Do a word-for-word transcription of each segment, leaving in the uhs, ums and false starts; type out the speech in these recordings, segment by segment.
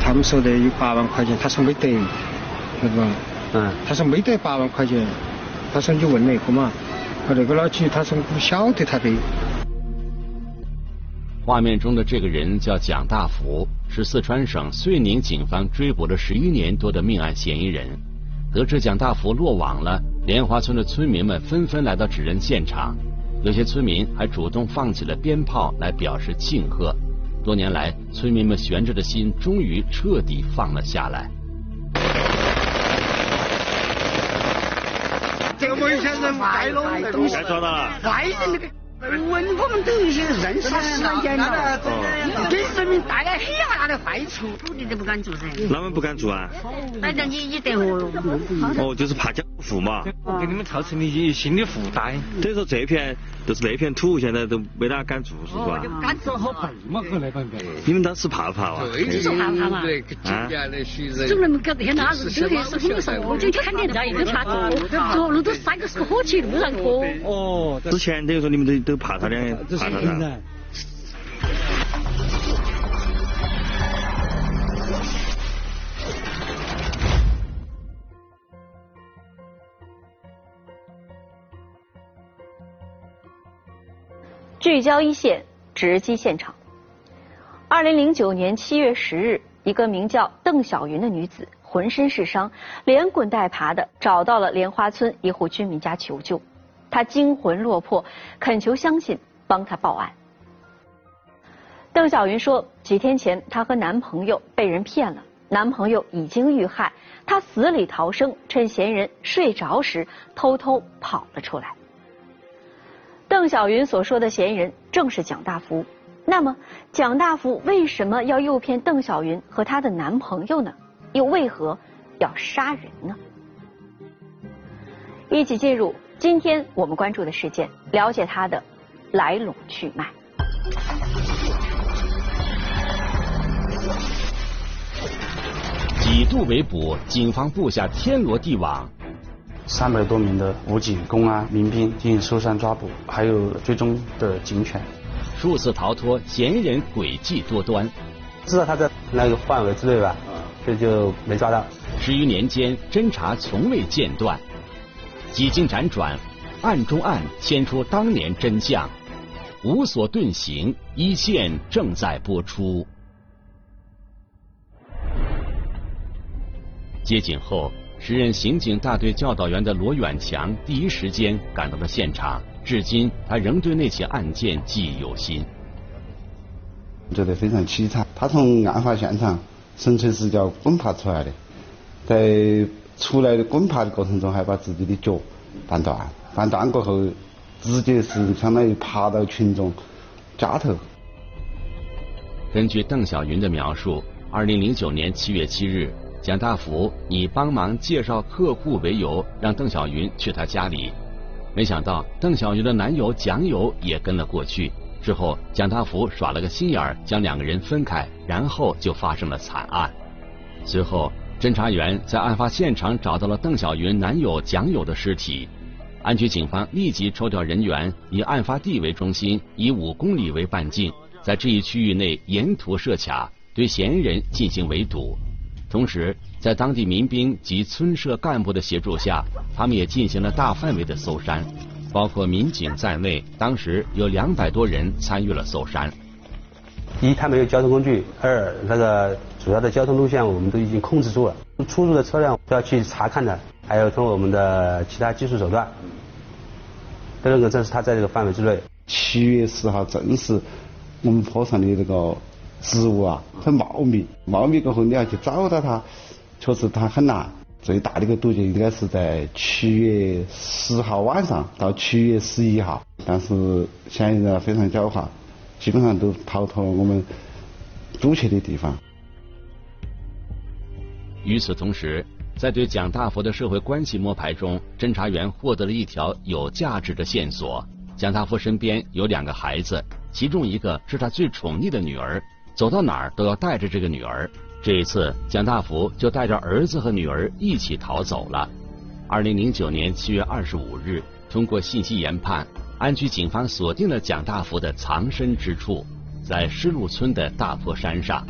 他们说的有八万块钱，他说没得，晓得吧？ 嗯， 他说没得八万块钱，他说你问那个嘛，和那个老几，他说不晓得他的。 画面中的这个人叫蒋大福，是四川省遂宁警方追捕了十一年多的命案嫌疑人。得知蒋大福落网了，莲花村的村民们纷纷来到指认现场，有些村民还主动放起了鞭炮来表示庆贺。多年来，村民们悬着的心终于彻底放了下来。 这个危险人该弄的东西， 该抓到坏人那个。文我们都有些认识的人了，给人民带来很大的坏处，土地都不敢做噻。 哪们不敢做啊？ 反正你你得我。 哦，就是怕交付嘛。 给你们造成的心理负担。 等于说这片就是那片土，现在都没哪敢做，是吧？ 敢做好背嘛，可那个。 你们当时怕不怕啊？ 对，就怕怕嘛。总能搞这些哪子，有些时候你说我就看见人一个怕做，走路都三个是个火气路上拖。 哦。之前等于说你们都。都怕他俩，怕他俩。 聚焦一线，直击现场。二零零九年七月十日，一个名叫邓小云的女子浑身是伤，连滚带爬的找到了莲花村一户居民家求救。她惊魂落魄，恳求乡亲帮她报案。邓小云说，几天前她和男朋友被人骗了，男朋友已经遇害，她死里逃生，趁嫌疑人睡着时偷偷跑了出来。邓小云所说的嫌疑人正是蒋大福。那么，蒋大福为什么要诱骗邓小云和她的男朋友呢？又为何要杀人呢？一起进入今天我们关注的事件，了解它的来龙去脉。 几度围捕，警方布下天罗地网， 三百多名的武警、公安、民兵进行搜山抓捕，还有追踪的警犬。 数次逃脱，嫌疑人诡计多端， 知道他在那个范围之内吧，这就没抓到。 十余年间，侦查从未间断。几经辗转，案中案牵出当年真相，无所遁形，一线正在播出。接警后，时任刑警大队教导员的罗远强第一时间赶到了现场，至今他仍对那起案件记忆犹新。 觉得非常凄惨，他从案发现场神垂死脚滚爬出来的，在出来的滚爬的过程中，还把自己的脚绊断，绊断过后，直接是相当于爬到群众家头。 根据邓小云的描述，二零零九年七月七日，蒋大福以帮忙介绍客户为由，让邓小云去他家里。没想到邓小云的男友蒋友也跟了过去。之后，蒋大福耍了个心眼儿，将两个人分开，然后就发生了惨案。随后，侦查员在案发现场找到了邓小云男友蒋友的尸体。安局警方立即抽调人员，以案发地为中心，以五公里为半径，在这一区域内沿途设卡，对嫌疑人进行围堵。同时，在当地民兵及村社干部的协助下，他们也进行了大范围的搜山，包括民警在内，当时有两百多人参与了搜山。 一，他没有交通工具；二，那个主要的交通路线我们都已经控制住了，出入的车辆都要去查看的，还有从我们的其他技术手段，都能够证实他在这个范围之内。 七月十号正是我们坡上的这个植物啊，很茂密，茂密过后你要去找到它，确实它很难。最大的一个堵截应该是在七月十号晚上到七月十一号，但是嫌疑人非常狡猾，基本上都逃脱了我们堵截的地方。 与此同时，在对蒋大福的社会关系摸排中，侦查员获得了一条有价值的线索。蒋大福身边有两个孩子，其中一个是他最宠溺的女儿，走到哪儿都要带着这个女儿。这一次，蒋大福就带着儿子和女儿一起逃走了。二零零九年七月二十五日，通过信息研判，安局警方锁定了蒋大福的藏身之处，在施路村的大坡山上。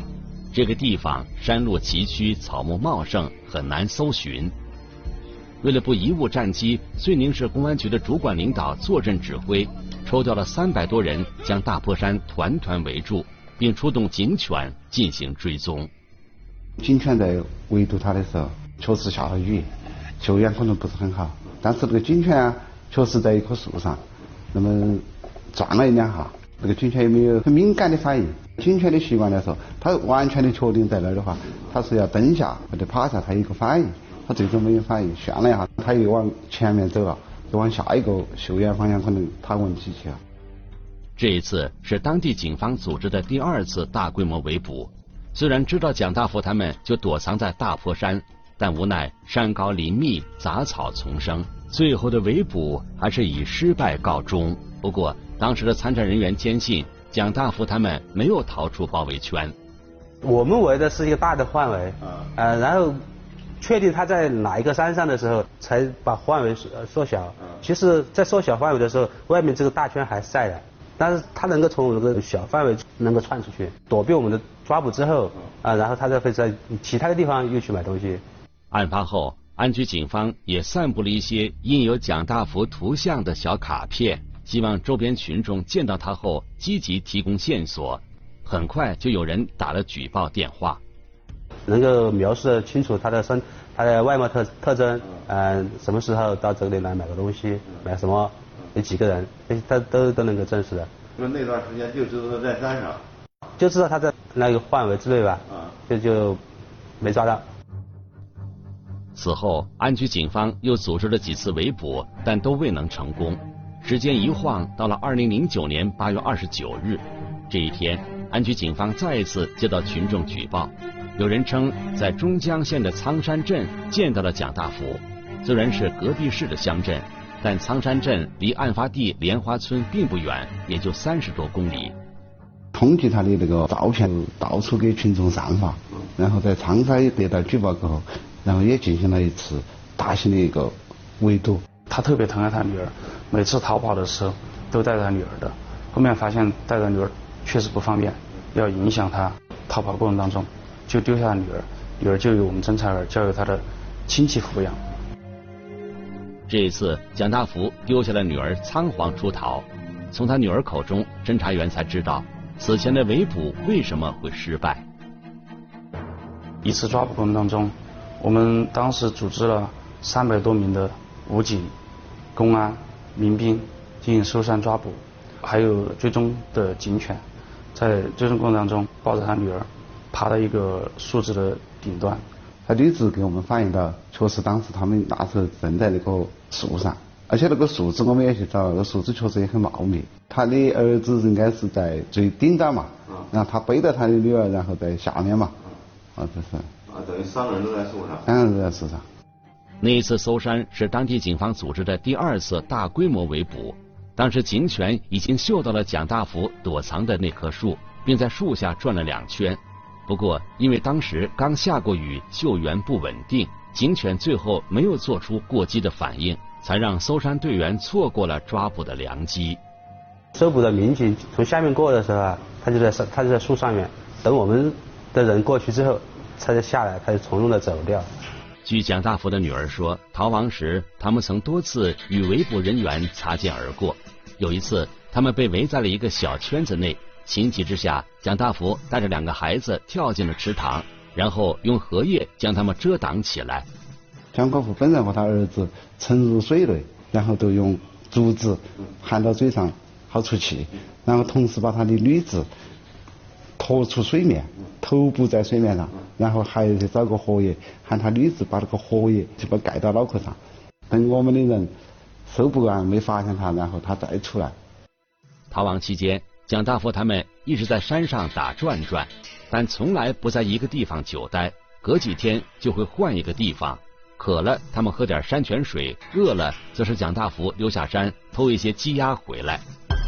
这个地方山路崎岖，草木茂盛，很难搜寻。为了不贻误战机，遂宁市公安局的主管领导坐镇指挥，抽调了三百多人将大坡山团团围住，并出动警犬进行追踪。 警犬在围堵他的时候，确实下了雨，嗅眼可能不是很好，但是这个警犬啊，确实在一棵树上，那么转了一两下，这个警犬有没有很敏感的反应？警犬的习惯来说，它完全的确定在那儿的话，它是要蹲下或者趴下，它有一个反应。他最终没有反应，旋了一下，他又往前面走了，又往下一个秀眼方向，可能他闻起去了。 这一次是当地警方组织的第二次大规模围捕。虽然知道蒋大福他们就躲藏在大坡山，但无奈山高林密，杂草丛生，最后的围捕还是以失败告终。不过，当时的参战人员坚信蒋大福他们没有逃出包围圈。 我们围的是一个大的范围，呃，然后确定他在哪一个山上的时候，才把范围缩缩小。其实，在缩小范围的时候，外面这个大圈还在的，但是他能够从这个小范围能够窜出去，躲避我们的抓捕之后，啊，然后他再会在其他的地方又去买东西。 案发后，安局警方也散布了一些印有蒋大福图像的小卡片，希望周边群众见到他后积极提供线索。很快就有人打了举报电话。 能够描述的清楚他的身、他的外貌特特征，嗯、呃，什么时候到这里来买个东西，买什么，有几个人，他都都能够证实的。 因为那段时间就知道在山上， 就知道他在那个范围之内吧，啊，就就没抓到。 此后，安局警方又组织了几次围捕，但都未能成功。时间一晃到了二零零九年八月二十九日，这一天，安局警方再一次接到群众举报。有人称在中江县的苍山镇见到了蒋大福，虽然是隔壁市的乡镇，但苍山镇离案发地莲花村并不远，也就三十多公里。 通缉他的那个照片到处给群众散发，然后在苍山得到举报过后，然后也进行了一次大型的一个围堵。 他特别疼爱他女儿，每次逃跑的时候都带着他女儿的。后面发现带着女儿确实不方便，要影响他逃跑过程当中，就丢下了女儿，女儿就由我们侦查员交由他的亲戚抚养。 这一次，蒋大福丢下了女儿，仓皇出逃。从他女儿口中，侦查员才知道此前的围捕为什么会失败。 一次抓捕过程当中，我们当时组织了三百多名的武警、公安、民兵进行搜山抓捕，还有追踪的警犬，在追踪过程当中抱着他女儿爬到一个树枝的顶端。 他女子给我们反映到，确实当时他们那时候正在那个树上，而且那个树枝我们也去找，那个树枝确实也很茂密。他的儿子应该是在最顶端嘛，然后他背着他的女儿，然后在下面嘛，啊，这是啊，等于三个人都在树上， 三个人都在树上。 那一次搜山是当地警方组织的第二次大规模围捕，当时警犬已经嗅到了蒋大福躲藏的那棵树，并在树下转了两圈。不过，因为当时刚下过雨，嗅源不稳定，警犬最后没有做出过激的反应，才让搜山队员错过了抓捕的良机。 搜捕的民警从下面过的时候啊，他就在他就在树上面，等我们的人过去之后，他就下来，他就从容的走掉。 据蒋大福的女儿说，逃亡时他们曾多次与围捕人员擦肩而过，有一次他们被围在了一个小圈子内。情急之下，蒋大福带着两个孩子跳进了池塘，然后用荷叶将他们遮挡起来。 蒋国富本人和他儿子沉入水内，然后都用竹子含到嘴上好出气，然后同时把他的女子拖出水面，头部在水面上，然后还去找个荷叶，喊他女子把那个荷叶就把盖到脑壳上。等我们的人搜不完没发现他，然后他再出来。 逃亡期间，蒋大福他们一直在山上打转转，但从来不在一个地方久待，隔几天就会换一个地方。渴了，他们喝点山泉水；饿了，则是蒋大福溜下山偷一些鸡鸭回来。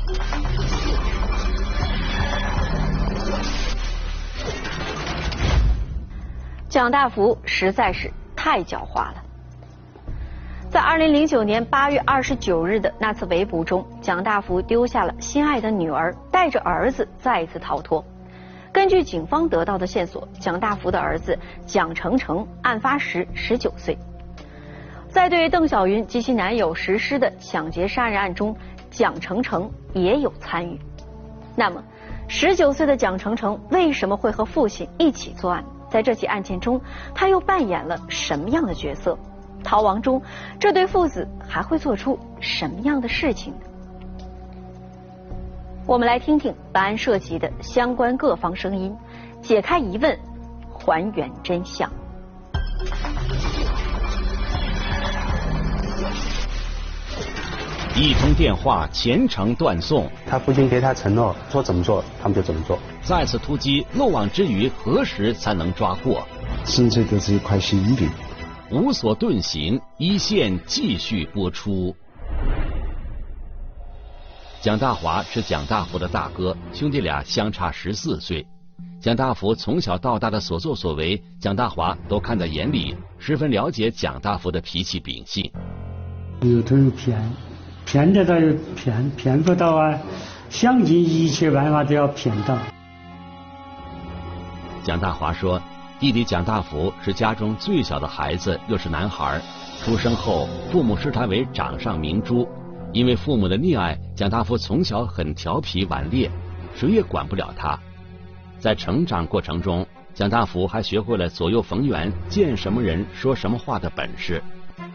蒋大福实在是太狡猾了。在二零零九年八月二十九日的那次围捕中，蒋大福丢下了心爱的女儿，带着儿子再一次逃脱。 根据警方得到的线索，蒋大福的儿子蒋成成案发时十九岁。在对邓小云及其男友实施的抢劫杀人案中，蒋成成也有参与。那么，十九岁的蒋成成为什么会和父亲一起作案？在这起案件中，他又扮演了什么样的角色？逃亡中，这对父子还会做出什么样的事情呢？我们来听听本案涉及的相关各方声音，解开疑问，还原真相。 一通电话全程断送， 他父亲给他承诺说怎么做，他们就怎么做。 再次突击，漏网之鱼何时才能抓获？ 纯粹就是一块心病。 无所遁形，一线继续播出。蒋大华是蒋大福的大哥，兄弟俩相差十四岁。蒋大福从小到大的所作所为，蒋大华都看在眼里，十分了解蒋大福的脾气秉性。 有的人骗，骗得到又骗，骗不到啊，想尽一切办法都要骗到。 蒋大华说，弟弟蒋大福是家中最小的孩子，又是男孩，出生后父母视他为掌上明珠。因为父母的溺爱，蒋大福从小很调皮顽劣，谁也管不了他。在成长过程中，蒋大福还学会了左右逢源、见什么人说什么话的本事。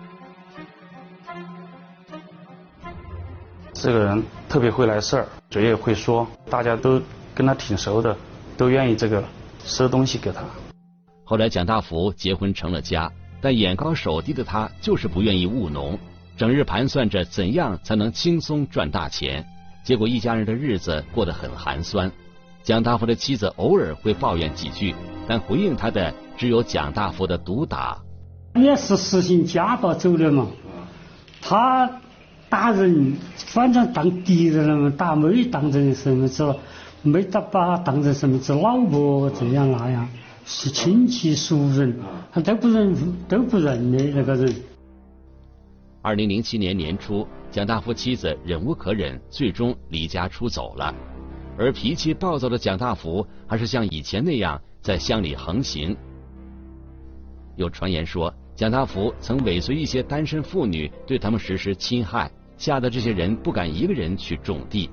这个人特别会来事儿，嘴也会说，大家都跟他挺熟的，都愿意这个赊东西给他。 后来蒋大福结婚成了家，但眼高手低的他就是不愿意务农，整日盘算着怎样才能轻松赚大钱，结果一家人的日子过得很寒酸。蒋大福的妻子偶尔会抱怨几句，但回应他的只有蒋大福的毒打。 也是实行家暴走的嘛，他打人反正当敌人了嘛，打没当成什么子，没打把他当成什么子老婆这样那样，是亲戚熟人，他都不认都不认的那个人。 二零零七年年初，蒋大福妻子忍无可忍，最终离家出走了。而脾气暴躁的蒋大福还是像以前那样在乡里横行。有传言说，蒋大福曾尾随一些单身妇女，对他们实施侵害，吓得这些人不敢一个人去种地。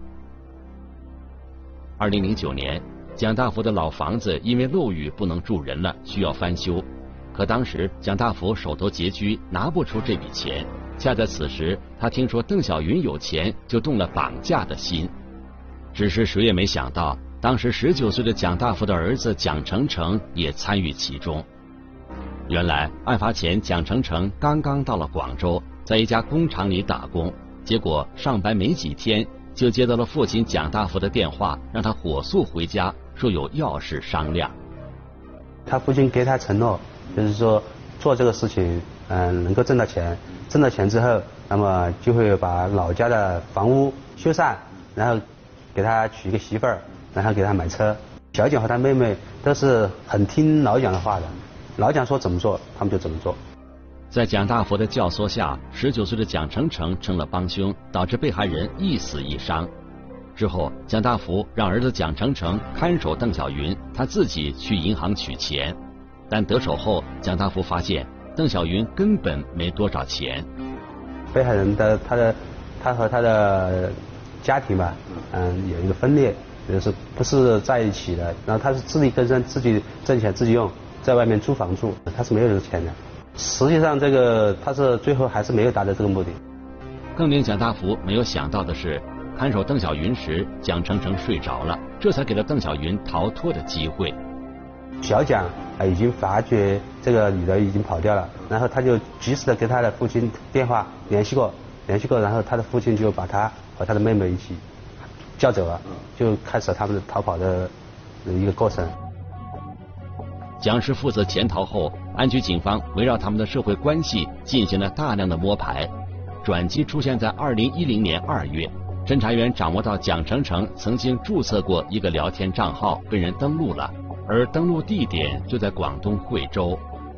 二零零九年，蒋大福的老房子因为漏雨不能住人了，需要翻修。可当时蒋大福手头拮据，拿不出这笔钱。恰在此时，他听说邓小云有钱，就动了绑架的心。只是谁也没想到，当时十九岁的蒋大福的儿子蒋成成也参与其中。原来案发前，蒋成成刚刚到了广州，在一家工厂里打工，结果上班没几天，就接到了父亲蒋大福的电话，让他火速回家，说有要事商量。 他父亲给他承诺，就是说做这个事情，嗯，能够挣到钱，挣到钱之后，那么就会把老家的房屋修缮，然后给他娶一个媳妇儿，然后给他买车。小蒋和他妹妹都是很听老蒋的话的，老蒋说怎么做，他们就怎么做。 在蒋大福的教唆下，十九岁的蒋成成成了帮凶，导致被害人一死一伤。之后，蒋大福让儿子蒋成成看守邓小云，他自己去银行取钱。但得手后，蒋大福发现邓小云根本没多少钱。 被害人的他的他和他的家庭吧，嗯，有一个分裂，就是不是在一起的。然后他是自力更生，自己挣钱自己用，在外面租房住，他是没有这个钱的。实际上，这个他是最后还是没有达到这个目的。 更令蒋大福没有想到的是，看守邓小云时，蒋成成睡着了，这才给了邓小云逃脱的机会。 小蒋啊已经发觉这个女的已经跑掉了，然后他就及时的给他的父亲电话联系过，联系过，然后他的父亲就把他和他的妹妹一起叫走了，就开始了他们的逃跑的一个过程。 蒋氏父子潜逃后，安局警方围绕他们的社会关系进行了大量的摸排。转机出现在二零一零年二月，侦查员掌握到蒋成成曾经注册过一个聊天账号被人登录了，而登录地点就在广东惠州。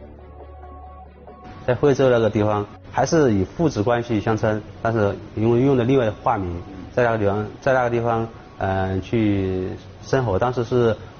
在惠州那个地方，还是以父子关系相称，但是因为用的另外的化名，在那个地方，在那个地方，嗯、呃，去生活。当时是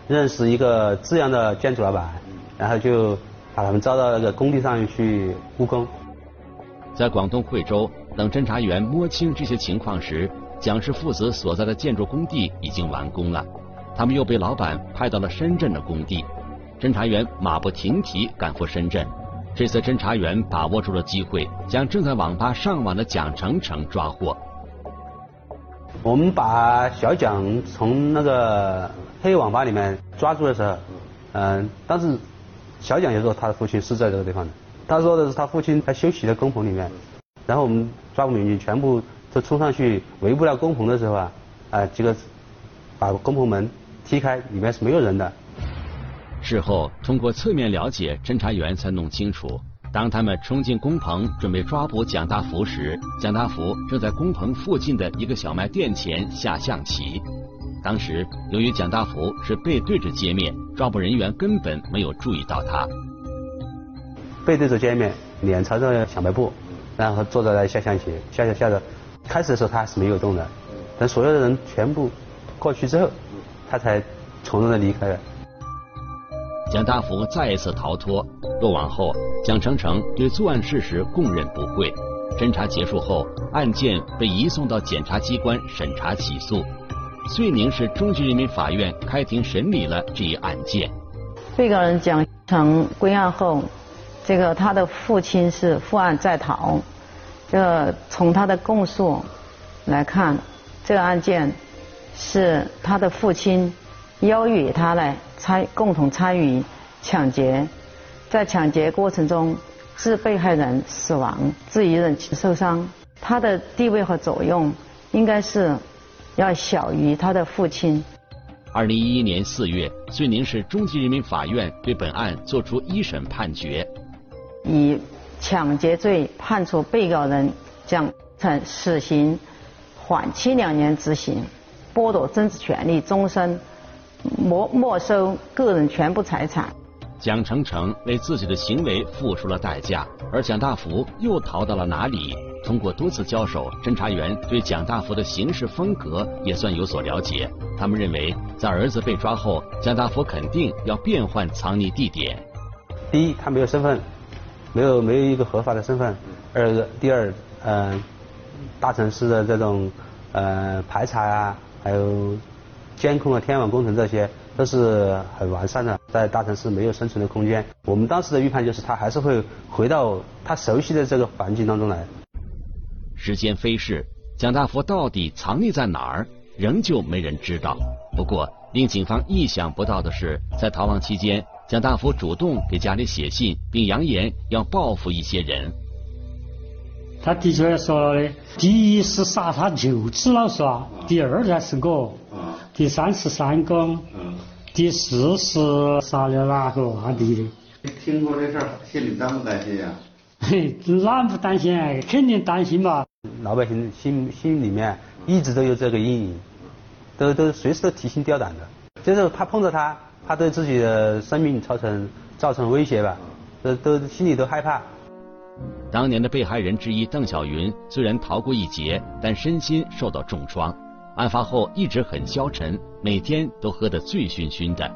认识一个资阳的建筑老板，然后就把他们招到那个工地上去务工。 在广东惠州，等侦查员摸清这些情况时，蒋氏父子所在的建筑工地已经完工了，他们又被老板派到了深圳的工地。侦查员马不停蹄赶赴深圳。这次侦查员把握住了机会，将正在网吧上网的蒋成成抓获。 我们把小蒋从那个黑网吧里面抓住的时候，嗯、呃，当时小蒋也说他的父亲是在这个地方的，他说的是他父亲在休息的工棚里面，然后我们抓捕民警全部都冲上去围不了工棚的时候啊，啊、呃，这个把工棚门踢开，里面是没有人的。 事后通过侧面了解，侦查员才弄清楚，当他们冲进工棚准备抓捕蒋大福时，蒋大福正在工棚附近的一个小卖店前下象棋。当时由于蒋大福是背对着街面，抓捕人员根本没有注意到他。 背对着街面，脸朝着小卖部，然后坐在那下象棋，下下下着。开始的时候他还是没有动的，等所有的人全部过去之后，他才从容的离开了。 蒋大福再一次逃脱，落网后，蒋成成对作案事实供认不讳。侦查结束后，案件被移送到检察机关审查起诉。遂宁市中级人民法院开庭审理了这一案件。 被告人蒋成归案后，这个他的父亲是负案在逃。这从他的供述来看，这个案件是他的父亲邀约他来参共同参与抢劫，在抢劫过程中致被害人死亡，致一人受伤。他的地位和作用应该是要小于他的父亲。 二零一一年四月，遂宁市中级人民法院对本案作出一审判决， 以抢劫罪判处被告人蒋成死刑，缓期两年执行，剥夺政治权利终身，没没收个人全部财产。 蒋成成为自己的行为付出了代价，而蒋大福又逃到了哪里？通过多次交手，侦查员对蒋大福的行事风格也算有所了解。他们认为，在儿子被抓后，蒋大福肯定要变换藏匿地点。 第一，他没有身份，没有没有一个合法的身份；二个，第二，嗯、呃，大城市的这种呃排查啊，还有监控啊、天网工程这些都是很完善的，在大城市没有生存的空间。我们当时的预判就是，他还是会回到他熟悉的这个环境当中来。 时间飞逝，蒋大福到底藏匿在哪儿，仍旧没人知道。不过，令警方意想不到的是，在逃亡期间，蒋大福主动给家里写信，并扬言要报复一些人。 他的确说了的，第一是杀他舅子老耍，第二才是我，第三是三公，第四是杀了哪个阿弟的。 听过这事儿，心里担不担心呀？ 嘿，哪不担心啊？肯定担心嘛。 老百姓心心里面一直都有这个阴影，都都随时都提心吊胆的，就是怕碰到他，怕对自己的生命造成造成威胁吧，都都心里都害怕。 当年的被害人之一邓小云虽然逃过一劫，但身心受到重创。案发后一直很消沉，每天都喝得醉醺醺的，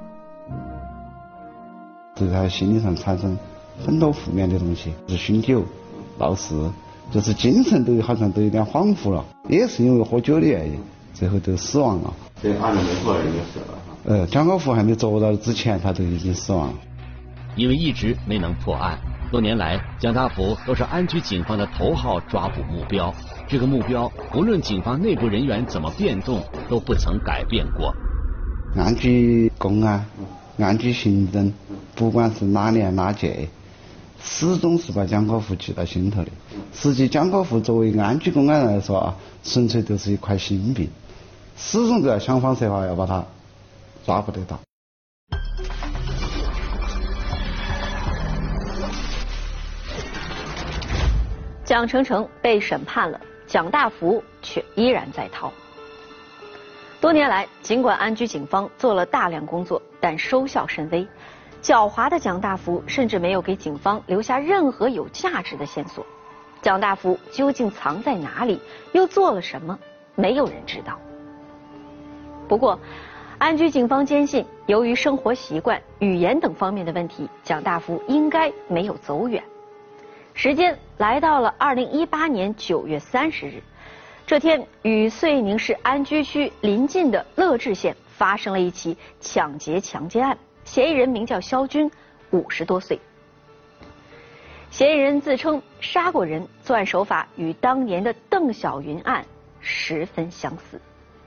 对他心理上产生很多负面的东西，是酗酒、闹事，就是精神都好像都有点恍惚了，也是因为喝酒的原因，最后都死亡了。 这案子没破已经死了。 呃，蒋高福还没捉到之前，他都已经死亡了。 因为一直没能破案，多年来蒋大福都是安居警方的头号抓捕目标。这个目标无论警方内部人员怎么变动，都不曾改变过。 安居公安、安居行政，不管是哪年哪届，始终是把蒋高福记在心头的。实际蒋高福作为安居公安来说啊，纯粹就是一块心病，始终都要想方设法要把他抓不得到。 蒋成成被审判了，蒋大福却依然在逃。多年来，尽管安居警方做了大量工作，但收效甚微。狡猾的蒋大福甚至没有给警方留下任何有价值的线索。蒋大福究竟藏在哪里，又做了什么，没有人知道。不过， 安居警方坚信，由于生活习惯、语言等方面的问题，蒋大福应该没有走远。时间来到了二零一八年九月三十日，这天与遂宁市安居区邻近的乐至县发生了一起抢劫强奸案，嫌疑人名叫肖军，五十多岁。嫌疑人自称杀过人，作案手法与当年的邓小云案十分相似。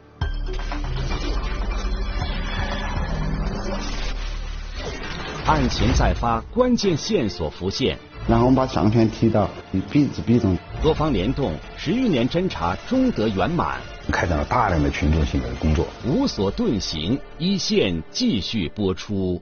案情再发，关键线索浮现， 然后我们把相片提到比值比中， 多方联动，十余年侦查终得圆满， 开展了大量的群众性的工作， 无所遁形。一线继续播出。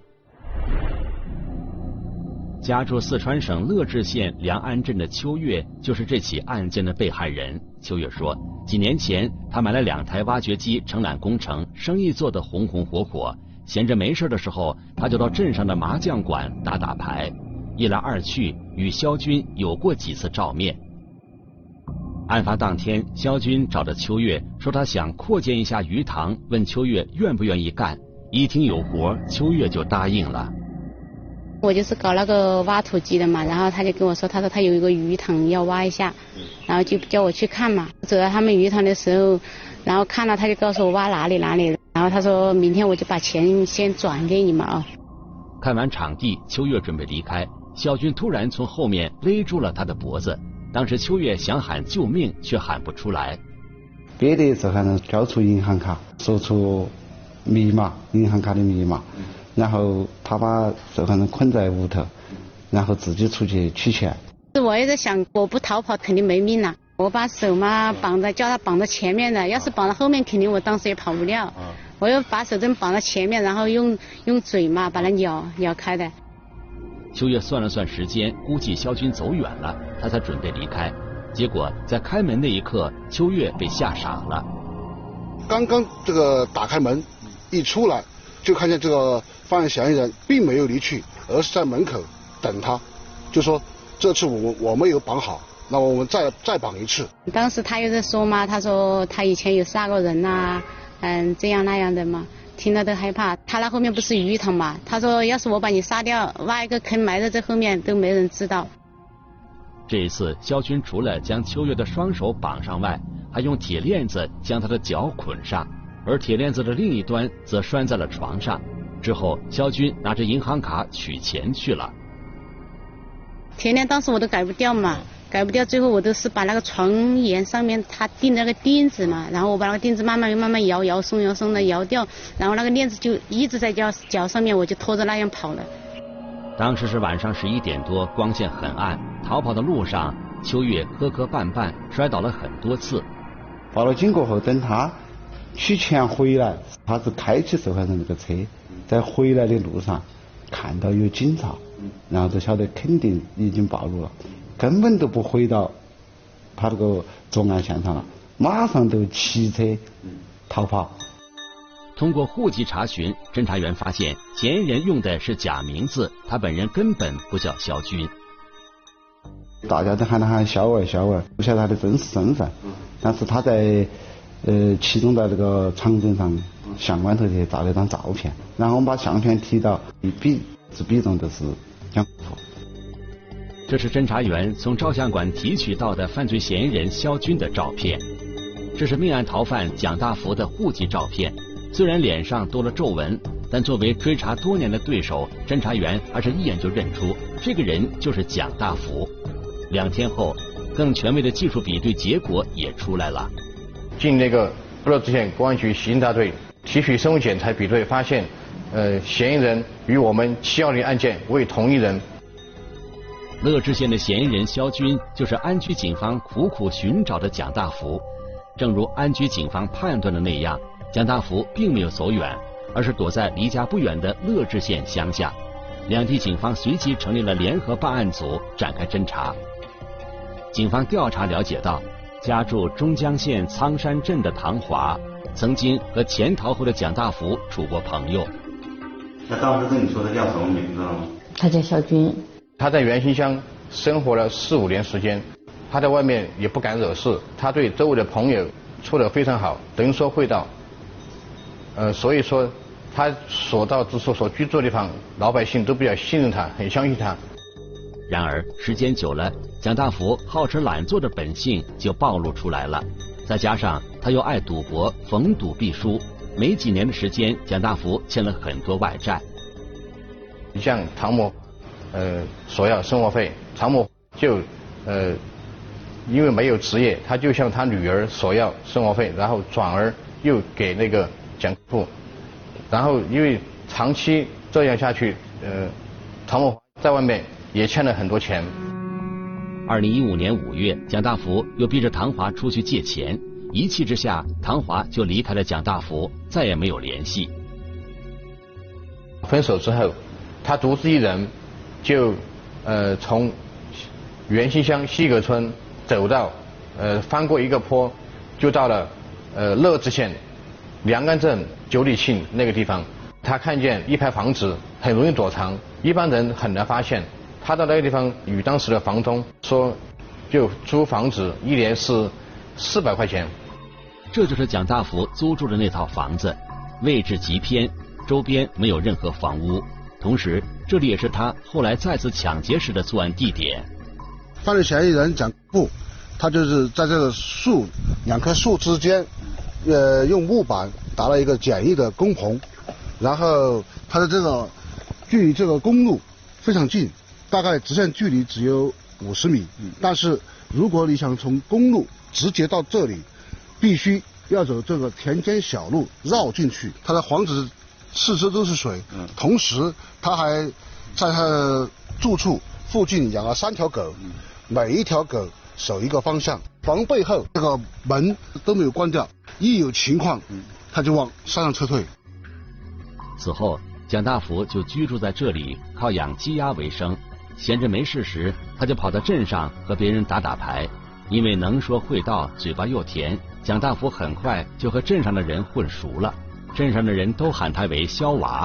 家住四川省乐至县梁安镇的邱月就是这起案件的被害人。邱月说，几年前他买了两台挖掘机承揽工程，生意做得红红火火。闲着没事的时候，他就到镇上的麻将馆打打牌。一来二去，与肖军有过几次照面。案发当天，肖军找着邱月说他想扩建一下鱼塘，问邱月愿不愿意干。一听有活，邱月就答应了。 我就是搞那个挖土机的嘛，然后他就跟我说，他说他有一个鱼塘要挖一下，然后就叫我去看嘛。走到他们鱼塘的时候，然后看了他就告诉我挖哪里哪里，然后他说明天我就把钱先转给你们啊。 看完场地，邱月准备离开，肖军突然从后面勒住了他的脖子。当时邱月想喊救命，却喊不出来。 别的时候还能交出银行卡，说出密码，银行卡的密码。然后他把受害人困在屋头，然后自己出去取钱。 我也在想，我不逃跑肯定没命了。我把手嘛绑在，叫他绑在前面的，要是绑在后面，肯定我当时也跑不掉。我又把手这么绑在前面，然后用用嘴嘛把它咬咬开的。 邱月算了算时间，估计肖军走远了，他才准备离开。结果在开门那一刻，邱月被吓傻了。 刚刚这个打开门一出来，就看见这个犯案嫌疑人并没有离去，而是在门口等他，就说这次我我没有绑好，那我们再再绑一次。 当时他又在说嘛，他说他以前有杀过人呐、啊，嗯，这样那样的嘛，听了都害怕。他那后面不是鱼塘嘛，他说要是我把你杀掉，挖一个坑埋在这后面都没人知道。 这一次，肖军除了将邱月的双手绑上外，还用铁链子将他的脚捆上，而铁链子的另一端则拴在了床上。之后，肖军拿着银行卡取钱去了。 铁链当时我都改不掉嘛，改不掉，最后我都是把那个床沿上面他钉那个钉子嘛，然后我把那个钉子慢慢慢慢摇摇松摇松的摇掉，然后那个链子就一直在脚脚上面，我就拖着那样跑了。 当时是晚上十一点多，光线很暗，逃跑的路上，邱月磕磕绊绊，摔倒了很多次。 报了警过后，等他取钱回来，他是开起受害人那个车，在回来的路上看到有警察，然后就晓得肯定已经暴露了，根本都不回到他这个作案现场了，马上就骑车逃跑。 通过户籍查询，侦查员发现嫌疑人用的是假名字，他本人根本不叫肖军。 大家都喊他喊肖儿肖儿，不晓得他的真实身份，但是他在呃其中在这个长征上相关头去照了张照片，然后我们把相片提到比是比中就是蒋福。 这是侦查员从照相馆提取到的犯罪嫌疑人肖军的照片，这是命案逃犯蒋大福的户籍照片。虽然脸上多了皱纹，但作为追查多年的对手，侦查员还是一眼就认出这个人就是蒋大福。两天后，更权威的技术比对结果也出来了。 经那个乐至县公安局刑大队提取生物检材比对，发现，呃，嫌疑人与我们七一零案件为同一人。 乐至县的嫌疑人肖军就是安居警方苦苦寻找的蒋大福。正如安居警方判断的那样，蒋大福并没有走远，而是躲在离家不远的乐至县乡下。两地警方随即成立了联合办案组，展开侦查。警方调查了解到，家住中江县苍山镇的唐华，曾经和潜逃后的蒋大福处过朋友。 那当时跟你说他叫什么名字呢？ 他叫肖军。 他在袁新乡生活了四五年时间，他在外面也不敢惹事，他对周围的朋友处得非常好，人说会道。呃，所以说他所到之处、所居住的地方，老百姓都比较信任他，很相信他。 然而时间久了，蒋大福好吃懒做的本性就暴露出来了。再加上他又爱赌博，逢赌必输，没几年的时间，蒋大福欠了很多外债。 你像唐某，呃，索要生活费，唐某就，呃，因为没有职业，他就向他女儿索要生活费，然后转而又给那个蒋富，然后因为长期这样下去，呃，唐某在外面也欠了很多钱。 二零一五年五月，蒋大福又逼着唐华出去借钱，一气之下，唐华就离开了蒋大福，再也没有联系。 分手之后，他独自一人就呃从元兴乡西阁村走到呃翻过一个坡，就到了呃乐至县梁干镇九里沁那个地方。他看见一排房子很容易躲藏，一般人很难发现。他到那个地方与当时的房东说，就租房子一年是四百块钱。 这就是蒋大福租住的那套房子，位置极偏，周边没有任何房屋，同时这里也是他后来再次抢劫时的作案地点。 犯罪嫌疑人蒋富，他就是在这个树两棵树之间，呃，用木板搭了一个简易的工棚，然后他的这个距离这个公路非常近。大概直线距离只有五十米，但是如果你想从公路直接到这里，必须要走这个田间小路绕进去。他的房子四周都是水，同时他还在他的住处附近养了三条狗，每一条狗守一个方向，房背后这个门都没有关掉，一有情况他就往山上撤退。 此后，蒋大福就居住在这里，靠养鸡鸭为生。闲着没事时，他就跑到镇上和别人打打牌。因为能说会道，嘴巴又甜，蒋大福很快就和镇上的人混熟了，镇上的人都喊他为肖娃。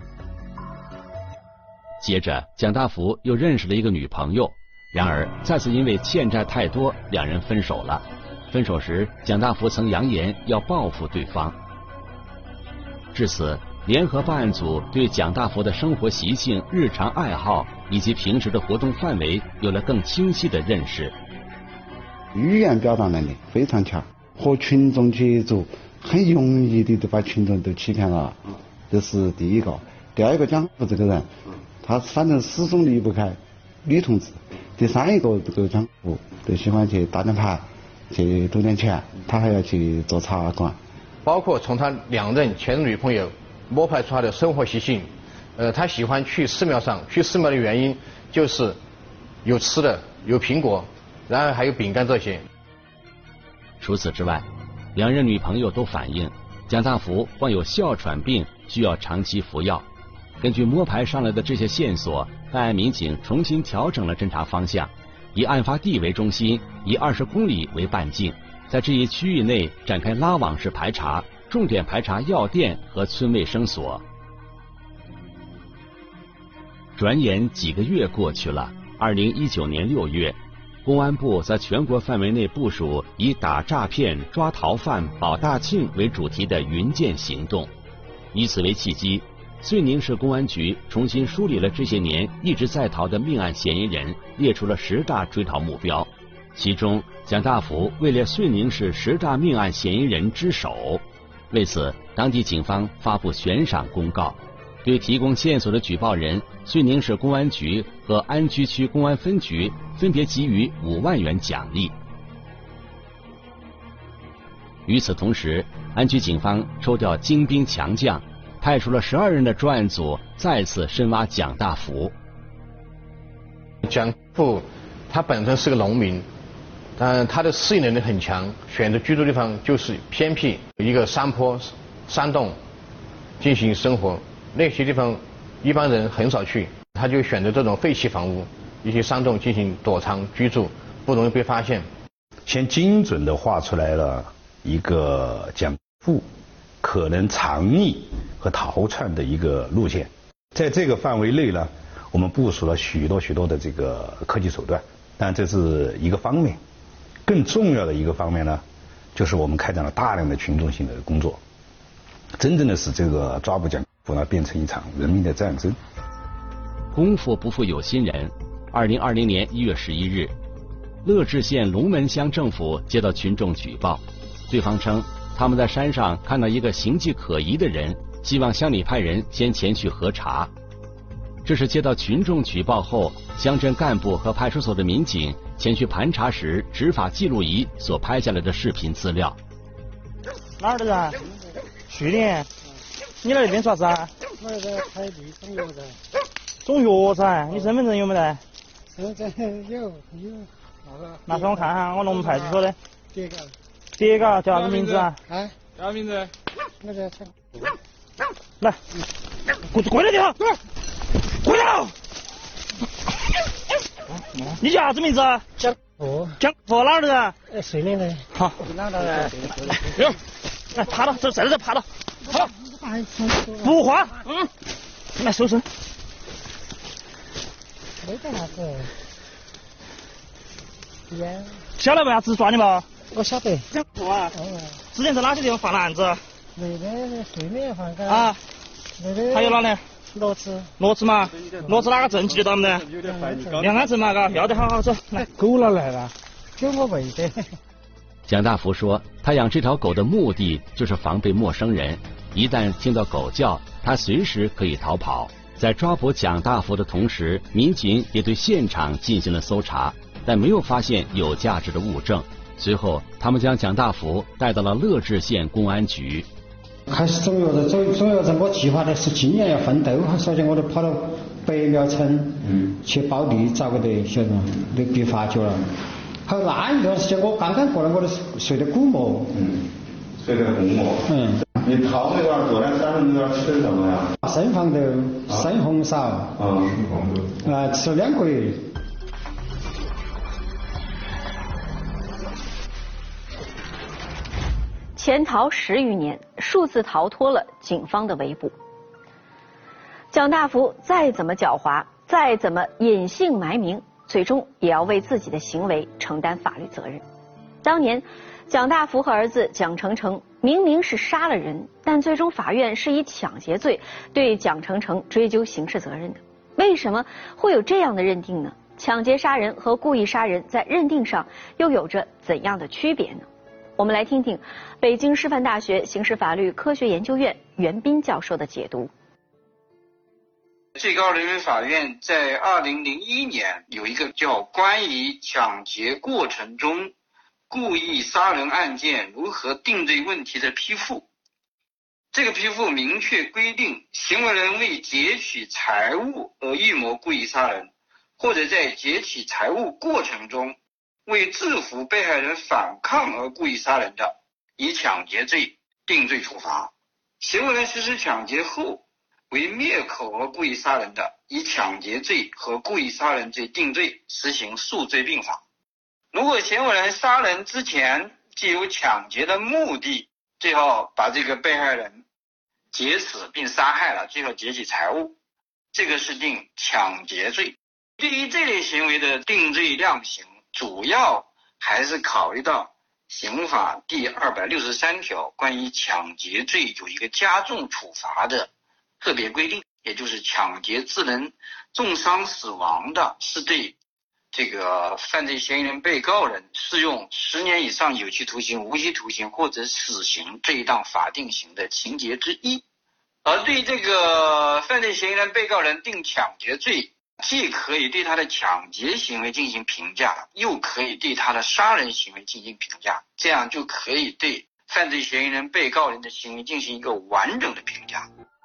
接着，蒋大福又认识了一个女朋友，然而再次因为欠债太多，两人分手了。分手时，蒋大福曾扬言要报复对方。至此，联合办案组对蒋大福的生活习性、日常爱好以及平时的活动范围有了更清晰的认识。 语言表达能力非常强，和群众接触很容易的就把群众都欺骗了，这是第一个。第二个，蒋大福这个人，他反正始终离不开女同志。第三一个，这个蒋大福就喜欢去打点牌，去赌点钱，他还要去做茶馆。 包括从他两任前任女朋友摸排出他的生活习性，呃，他喜欢去寺庙上，去寺庙的原因就是有吃的，有苹果，然后还有饼干这些。 除此之外，两任女朋友都反映蒋大福患有哮喘病，需要长期服药。根据摸排上来的这些线索，办案民警重新调整了侦查方向，以案发地为中心，以二十公里为半径，在这一区域内展开拉网式排查，重点排查药店和村卫生所。转眼几个月过去了，二零一九年六月，公安部在全国范围内部署以打诈骗、抓逃犯、保大庆为主题的云剑行动。以此为契机，遂宁市公安局重新梳理了这些年一直在逃的命案嫌疑人，列出了十大追逃目标。其中，蒋大福位列遂宁市十大命案嫌疑人之首。为此，当地警方发布悬赏公告，对提供线索的举报人，遂宁市公安局和安居区公安分局分别给予五万元奖励。与此同时，安居警方抽调精兵强将，派出了十二人的专案组，再次深挖蒋大福。 蒋富他本身是个农民，但他的适应能力很强，选择居住地方就是偏僻一个山坡、山洞进行生活，那些地方一般人很少去，他就选择这种废弃房屋、一些山洞进行躲藏居住，不容易被发现。 先精准地画出来了一个蒋富可能藏匿和逃窜的一个路线，在这个范围内呢，我们部署了许多许多的这个科技手段，但这是一个方面。更重要的一个方面呢，就是我们开展了大量的群众性的工作，真正的使这个抓捕蒋不呢变成一场人民的战争。 功夫不负有心人，二零二零年一月十一日，乐至县龙门乡政府接到群众举报，对方称他们在山上看到一个形迹可疑的人，希望乡里派人先前去核查。这是接到群众举报后，乡镇干部和派出所的民警前去盘查时执法记录仪所拍下来的视频资料。 哪儿的人？去年。你来这边做啥子啊？ 我来这拍地种药的。 种药噻，你身份证有没得？ 身份证有有。 拿出来我看看，我龙门派出所的。 这个。 这个叫啥子名字啊？ 啊？ 叫啥名字？ 我叫陈。 来，跪跪在地上，跪倒！你叫啥子名字啊？ 蒋佛。 蒋佛哪儿的人？ 呃，水面的。 好。 哪的人？ 有。来，趴到，这在这趴到，趴到。不花。嗯。来收身。 没干啥子。呀。 晓得为啥子抓你不？ 我晓得。 蒋佛啊。嗯。之前在哪些地方放了案子？ 那个水面放个。 啊。 那个。 还有哪里？ 骡子。 骡子嘛，骡子哪个证记得到没得？两杆证嘛，嘎，要得好好走。来， 狗哪来了？给我喂的。 蒋大福说，他养这条狗的目的就是防备陌生人，一旦听到狗叫，他随时可以逃跑。在抓捕蒋大福的同时，民警也对现场进行了搜查，但没有发现有价值的物证。随后，他们将蒋大福带到了乐至县公安局。 开始总有的总总有的，我计划的是今年要奋斗，首先我就跑到北苗村嗯去报地找个的，晓得吗？被被发觉了。还有那一段时间，我刚刚过来，我都睡得古摸。 嗯，睡得古摸。嗯。你逃那段躲在山上那段吃什么呀？ 生黄豆、生红苕。啊。生黄豆。啊，吃了两个月。 潜逃十余年，数次逃脱了警方的围捕。蒋大福再怎么狡猾，再怎么隐姓埋名，最终也要为自己的行为承担法律责任。当年，蒋大福和儿子蒋成成明明是杀了人，但最终法院是以抢劫罪对蒋成成追究刑事责任的。为什么会有这样的认定呢？抢劫杀人和故意杀人在认定上又有着怎样的区别呢？我们来听听北京师范大学刑事法律科学研究院袁斌教授的解读。 最高人民法院在二零零一年有一个叫《关于抢劫过程中故意杀人案件如何定罪问题的批复》，这个批复明确规定，行为人为劫取财物而预谋故意杀人，或者在劫取财物过程中为制服被害人反抗而故意杀人的，以抢劫罪定罪处罚；行为人实施抢劫后为灭口而故意杀人的，以抢劫罪和故意杀人罪定罪，实行数罪并罚。如果行为人杀人之前既有抢劫的目的，最后把这个被害人劫死并杀害了，最后劫取财物，这个是定抢劫罪。对于这类行为的定罪量刑，主要还是考虑到刑法第二百六十三条关于抢劫罪有一个加重处罚的特别规定，也就是抢劫致人重伤死亡的，是对这个犯罪嫌疑人被告人适用十年以上有期徒刑、无期徒刑或者死刑这一档法定刑的情节之一。而对这个犯罪嫌疑人被告人定抢劫罪，既可以对他的抢劫行为进行评价，又可以对他的杀人行为进行评价，这样就可以对犯罪嫌疑人被告人的行为进行一个完整的评价。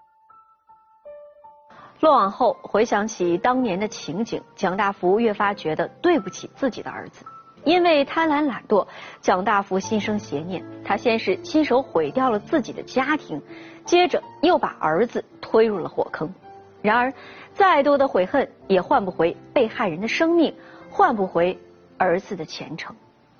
落网后回想起当年的情景，蒋大福越发觉得对不起自己的儿子。因为贪婪懒惰，蒋大福心生邪念，他先是亲手毁掉了自己的家庭，接着又把儿子推入了火坑。然而再多的悔恨也换不回被害人的生命，换不回儿子的前程。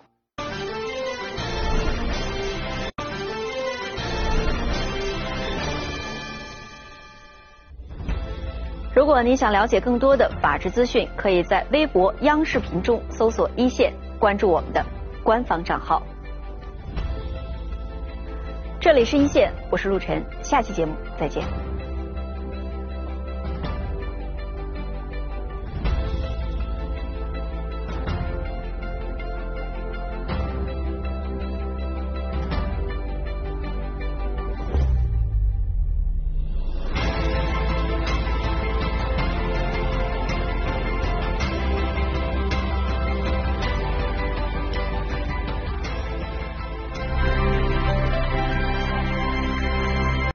如果您想了解更多的法治资讯，可以在微博、央视频中搜索一线，关注我们的官方账号。这里是一线，我是陆晨，下期节目再见。